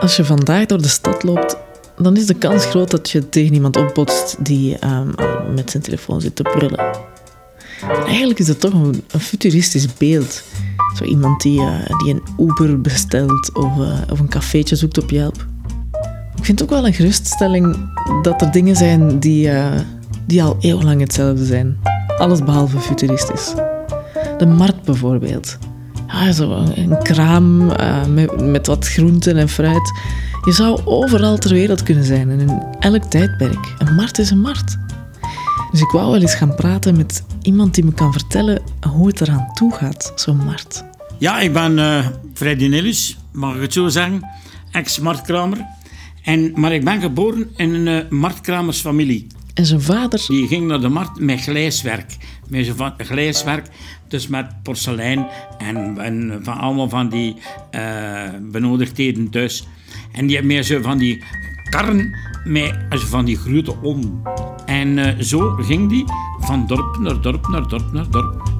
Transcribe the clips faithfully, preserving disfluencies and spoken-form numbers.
Als je vandaag door de stad loopt, dan is de kans groot dat je tegen iemand opbotst die um, met zijn telefoon zit te brullen. En eigenlijk is het toch een, een futuristisch beeld. Zo iemand die, uh, die een Uber bestelt of, uh, of een cafeetje zoekt op Yelp. Ik vind het ook wel een geruststelling dat er dingen zijn die, uh, die al eeuwenlang hetzelfde zijn. Alles behalve futuristisch. De markt bijvoorbeeld. Ja, zo een kraam uh, met, met wat groenten en fruit. Je zou overal ter wereld kunnen zijn en in elk tijdperk. Een markt is een markt. Dus ik wou wel eens gaan praten met iemand die me kan vertellen hoe het eraan toe gaat, zo'n markt. Ja, ik ben uh, Freddy Nillis, mag ik het zo zeggen. Ex-marktkramer. En, maar ik ben geboren in een uh, marktkramersfamilie. En zijn vader... Die ging naar de markt met glijswerk. Met zo van glijswerk, dus met porselein en, en van allemaal van die uh, benodigdheden thuis. En die hebben meer zo van die karren met zo van die grote om. En uh, zo ging die van dorp naar dorp naar dorp naar dorp.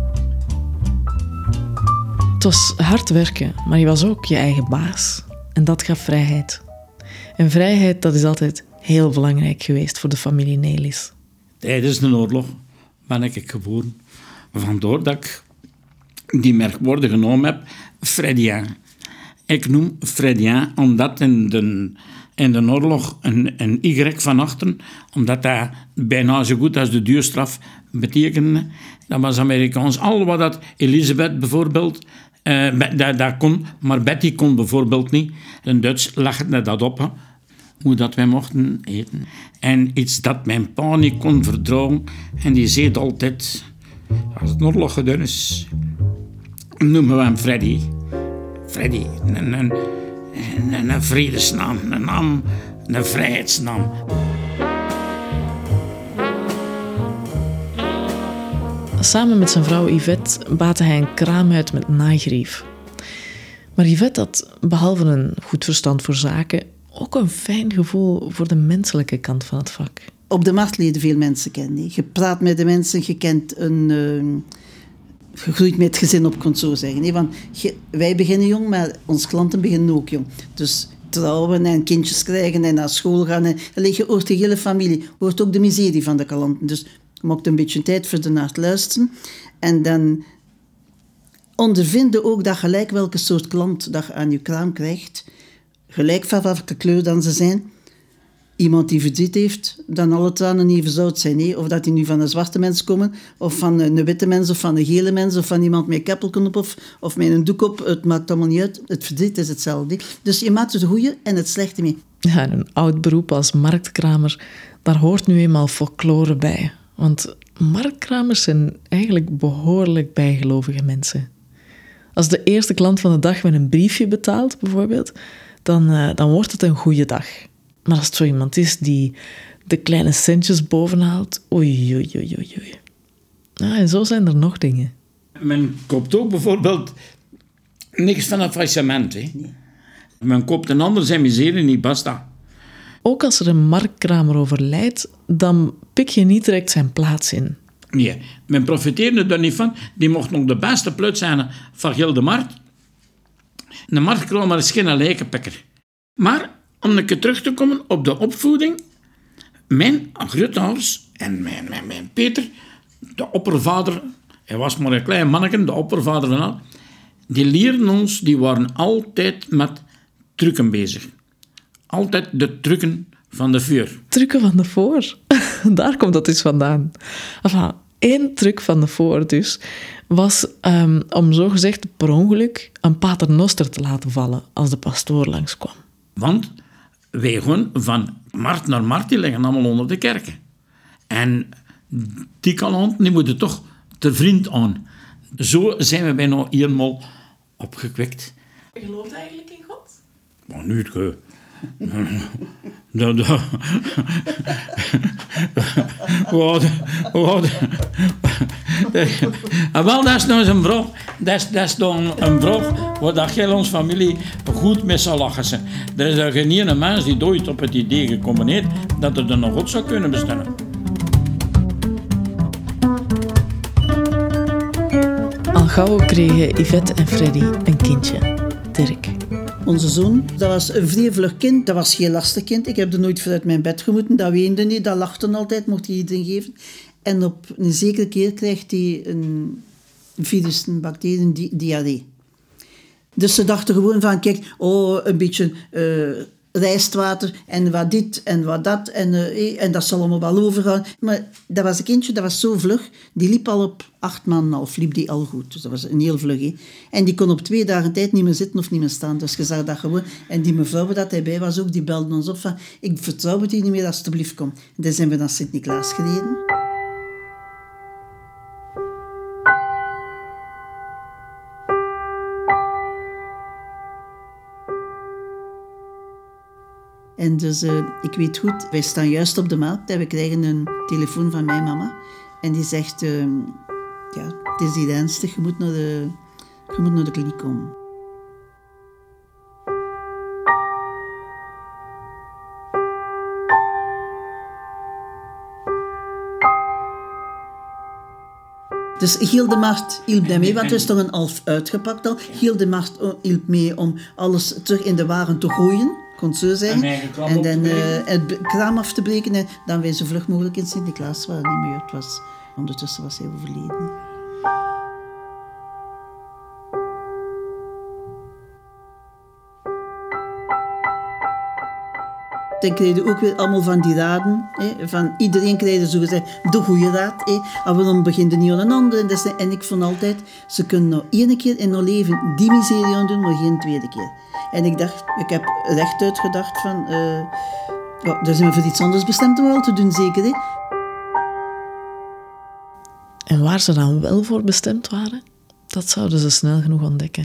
Het was hard werken, maar je was ook je eigen baas. En dat gaf vrijheid. En vrijheid, dat is altijd heel belangrijk geweest voor de familie Nelis. Tijdens de oorlog ben ik geboren. Vandaar dat ik die merkwoorden genomen heb, Freddien. Ik noem Freddien omdat in de, in de oorlog een, een Y van achteren, omdat dat bijna zo goed als de duurstraf betekende. Dat was Amerikaans. Al wat dat Elisabeth bijvoorbeeld, uh, dat, dat kon, maar Betty kon bijvoorbeeld niet. In Duits legde dat op, hè, hoe dat wij mochten eten. En iets dat mijn pa niet kon verdragen. En die zei altijd, als het oorlog gedaan is, noemen we hem Freddy. Freddy, een, een, een, een vredesnaam, een naam, een vrijheidsnaam. Samen met zijn vrouw Yvette baatte hij een kraam uit met naaigrief. Maar Yvette had, behalve een goed verstand voor zaken, ook een fijn gevoel voor de menselijke kant van het vak. Op de markt leren veel mensen kennen. Je praat met de mensen, je kent een... Uh, je groeit met het gezin op, kon ik zo zeggen. Want je, wij beginnen jong, maar onze klanten beginnen ook jong. Dus trouwen en kindjes krijgen en naar school gaan. En, en je hoort de hele familie, hoort ook de miserie van de klanten. Dus je maakt een beetje tijd voor de naar te luisteren. En dan ondervinden ook dat gelijk welke soort klant dat je aan je kraam krijgt. Gelijk van welke kleur dan ze zijn. Iemand die verdriet heeft, dan alle tranen even zout zijn. Hé? Of dat die nu van een zwarte mens komen, of van een witte mens, of van een gele mens, of van iemand met een keppelken op, of, of met een doek op. Het maakt allemaal niet uit. Het verdriet is hetzelfde. Hé? Dus je maakt het goede en het slechte mee. Ja, een oud beroep als marktkramer, daar hoort nu eenmaal folklore bij. Want marktkramers zijn eigenlijk behoorlijk bijgelovige mensen. Als de eerste klant van de dag met een briefje betaalt, bijvoorbeeld, dan, uh, dan wordt het een goede dag. Maar als het zo iemand is die de kleine centjes bovenhaalt, oei, oei, oei, oei. Ja, en zo zijn er nog dingen. Men koopt ook bijvoorbeeld niks van een faillissement. Hè? Nee. Men koopt een ander zijn miserie, niet basta. Ook als er een marktkramer overlijdt, dan pik je niet direct zijn plaats in. Nee, men profiteerde er niet van. Die mocht nog de beste pluit zijn van heel de markt. De marktkramer is geen lijkenpikker. Maar om een keer terug te komen op de opvoeding. Mijn grootouders en mijn, mijn, mijn Peter, de oppervader, hij was maar een klein manneken, de oppervader van al, die leerden ons, die waren altijd met trucken bezig. Altijd de trucken van de vuur. Trucken van de voor? Daar komt dat dus vandaan. Enfin, één truc van de voor dus was um, om zogezegd per ongeluk een paternoster te laten vallen als de pastoor langskwam. Want wij gaan van markt naar markt, die liggen allemaal onder de kerken. En die klanten, die moeten toch ter vriend aan. Zo zijn we bijna eenmaal opgekwekt. Je gelooft eigenlijk in God? Maar nu, ge... dat, dat... wat, wat... En wel, dat is nou eens een vraag. Dat is, dat is dan een vraag waar dat heel onze familie goed mee zal lachen. Er is er geen ene mens die ooit op het idee gekomen heeft dat er dan nog God zou kunnen bestaan. Al gauw kregen Yvette en Freddy een kindje, Dirk. onze zoon, dat was een vrij vlug kind. Dat was geen lastig kind. Ik heb er nooit vanuit mijn bed gemoeten. Dat weende niet, dat lachte altijd, mocht hij iedereen geven. En op een zekere keer krijgt hij een virus, een bacterie, een di- diarree. Dus ze dachten gewoon van, kijk, oh, een beetje uh, rijstwater en wat dit en wat dat. En, uh, en dat zal allemaal wel overgaan. Maar dat was een kindje, dat was zo vlug. Die liep al op acht maanden en half, liep die al goed. Dus dat was een heel vlug. He. En die kon op twee dagen tijd niet meer zitten of niet meer staan. Dus je zag dat gewoon. En die mevrouw dat hij bij was ook, die belde ons op van, ik vertrouw het hier niet meer, alsjeblieft kom. En dan zijn we naar Sint-Niklaas gereden. En dus, uh, ik weet goed, wij staan juist op de markt en we krijgen een telefoon van mijn mama. En die zegt, uh, ja, het is hier ernstig, je moet naar de, je moet naar de kliniek komen. Dus Gildemart hielp daar mee, want het is toch een half uitgepakt al. Gildemart hielp mee om alles terug in de wagen te gooien. Kon zo zeggen. En, en dan uh, het kraam af te breken en dan wij zo vlug mogelijk in Sint-Niklaas waren. Niet meer. Het was, ondertussen was hij overleden. Dan kreeg je ook weer allemaal van die raden. Hè, van iedereen kreeg zo gezegd de goede raad. Hè. En waarom begint er niet aan een ander? En, dus, en ik vond altijd, ze kunnen nog één keer in hun leven die miserie aan doen, maar geen tweede keer. En ik dacht, ik heb rechtuit gedacht van, uh, oh, daar zijn we voor iets anders bestemd om wel te doen, zeker. Hè? En waar ze dan wel voor bestemd waren, dat zouden ze snel genoeg ontdekken.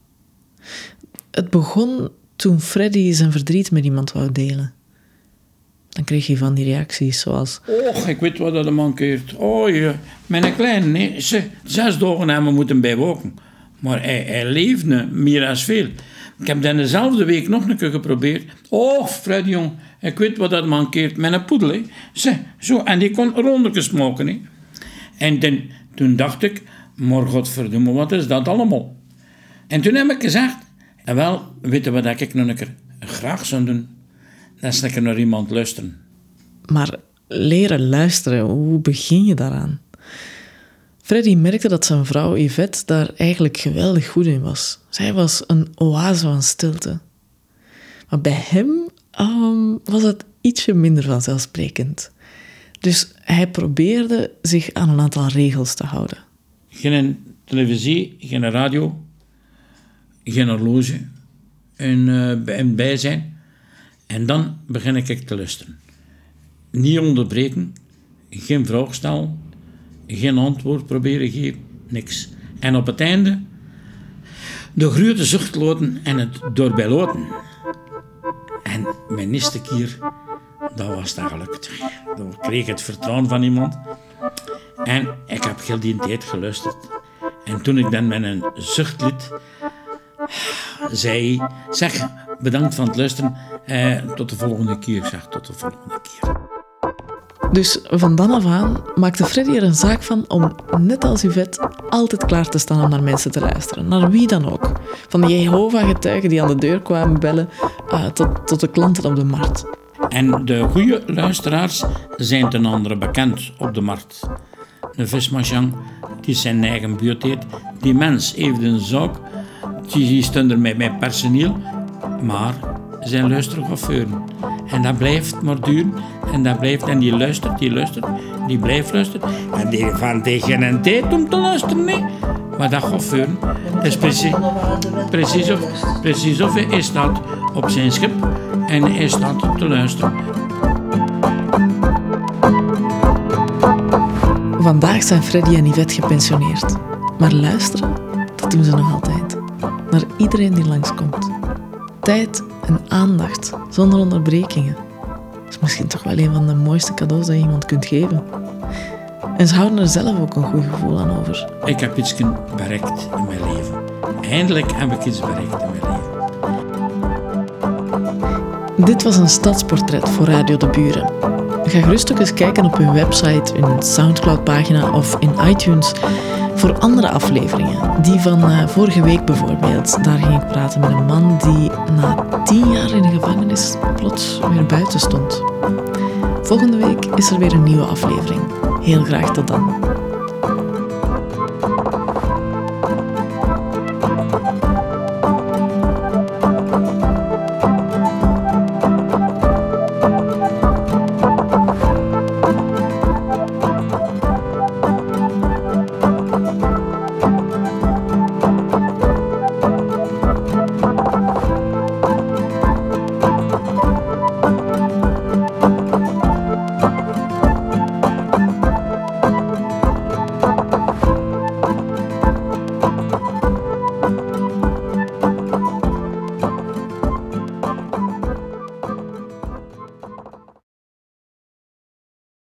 Het begon toen Freddy zijn verdriet met iemand wou delen. Dan kreeg hij van die reacties zoals... Och, ik weet wat dat mankeert. Oh, je, mijn kleine, nee, ze, zes dagen hebben we moeten bijwoken. Maar hij, hij leefde meer dan veel. Ik heb dan dezelfde week nog een keer geprobeerd. Oh, Freddy, jong, ik weet wat dat mankeert. Met een poedel, hè. Ze, zo, en die kon rondjes smoken, hè. En dan, toen dacht ik, maar godverdomme, wat is dat allemaal? En toen heb ik gezegd, en wel, weet je wat ik nog een keer graag zou doen? Dat is een keer naar iemand luisteren. Maar leren luisteren, hoe begin je daaraan? Freddy merkte dat zijn vrouw Yvette daar eigenlijk geweldig goed in was. Zij was een oase van stilte. Maar bij hem um, was het ietsje minder vanzelfsprekend. Dus hij probeerde zich aan een aantal regels te houden. Geen televisie, geen radio, geen horloge en, uh, en bij zijn. En dan begin ik te luisteren. Niet onderbreken, geen vraag stellen, geen antwoord proberen geven, niks. En op het einde de grote zucht laten en het doorbij laten. En mijn eerste keer, dat was dat gelukt. Dan kreeg ik het vertrouwen van iemand. En ik heb heel die tijd geluisterd. En toen ik dan met een zucht liet, zei hij, zeg, bedankt van het luisteren, eh, tot de volgende keer. Zeg, tot de volgende keer. Dus van dan af aan maakte Freddy er een zaak van om, net als Yvette, altijd klaar te staan om naar mensen te luisteren. Naar wie dan ook. Van de Jehovah-getuigen die aan de deur kwamen bellen, uh, tot, tot de klanten op de markt. En de goede luisteraars zijn ten andere bekend op de markt. Een vismachang die zijn eigen buurt heeft. Die mens heeft een zaak, die stond er met mijn personeel, maar zijn luisterchauffeuren. En dat blijft maar duren. En dat blijft, en die luistert, die luistert, die blijft luisteren. En die van tegen een tijd om te luisteren, nee. Maar dat chauffeuren, dat is precies, precies, of, precies of hij staat op zijn schip en hij staat te luisteren. Vandaag zijn Freddy en Yvette gepensioneerd. Maar luisteren, dat doen ze nog altijd. Naar iedereen die langskomt. Tijd en aandacht, zonder onderbrekingen. Dat is misschien toch wel een van de mooiste cadeaus dat je iemand kunt geven. En ze houden er zelf ook een goed gevoel aan over. Ik heb iets bereikt in mijn leven. Eindelijk heb ik iets bereikt in mijn leven. Dit was een stadsportret voor Radio de Buren. Ga gerust ook eens kijken op hun website, hun Soundcloud-pagina of in iTunes voor andere afleveringen. Die van uh, vorige week bijvoorbeeld. Daar ging ik praten met een man die na tien jaar in de gevangenis plots weer buiten stond. Volgende week is er weer een nieuwe aflevering. Heel graag tot dan.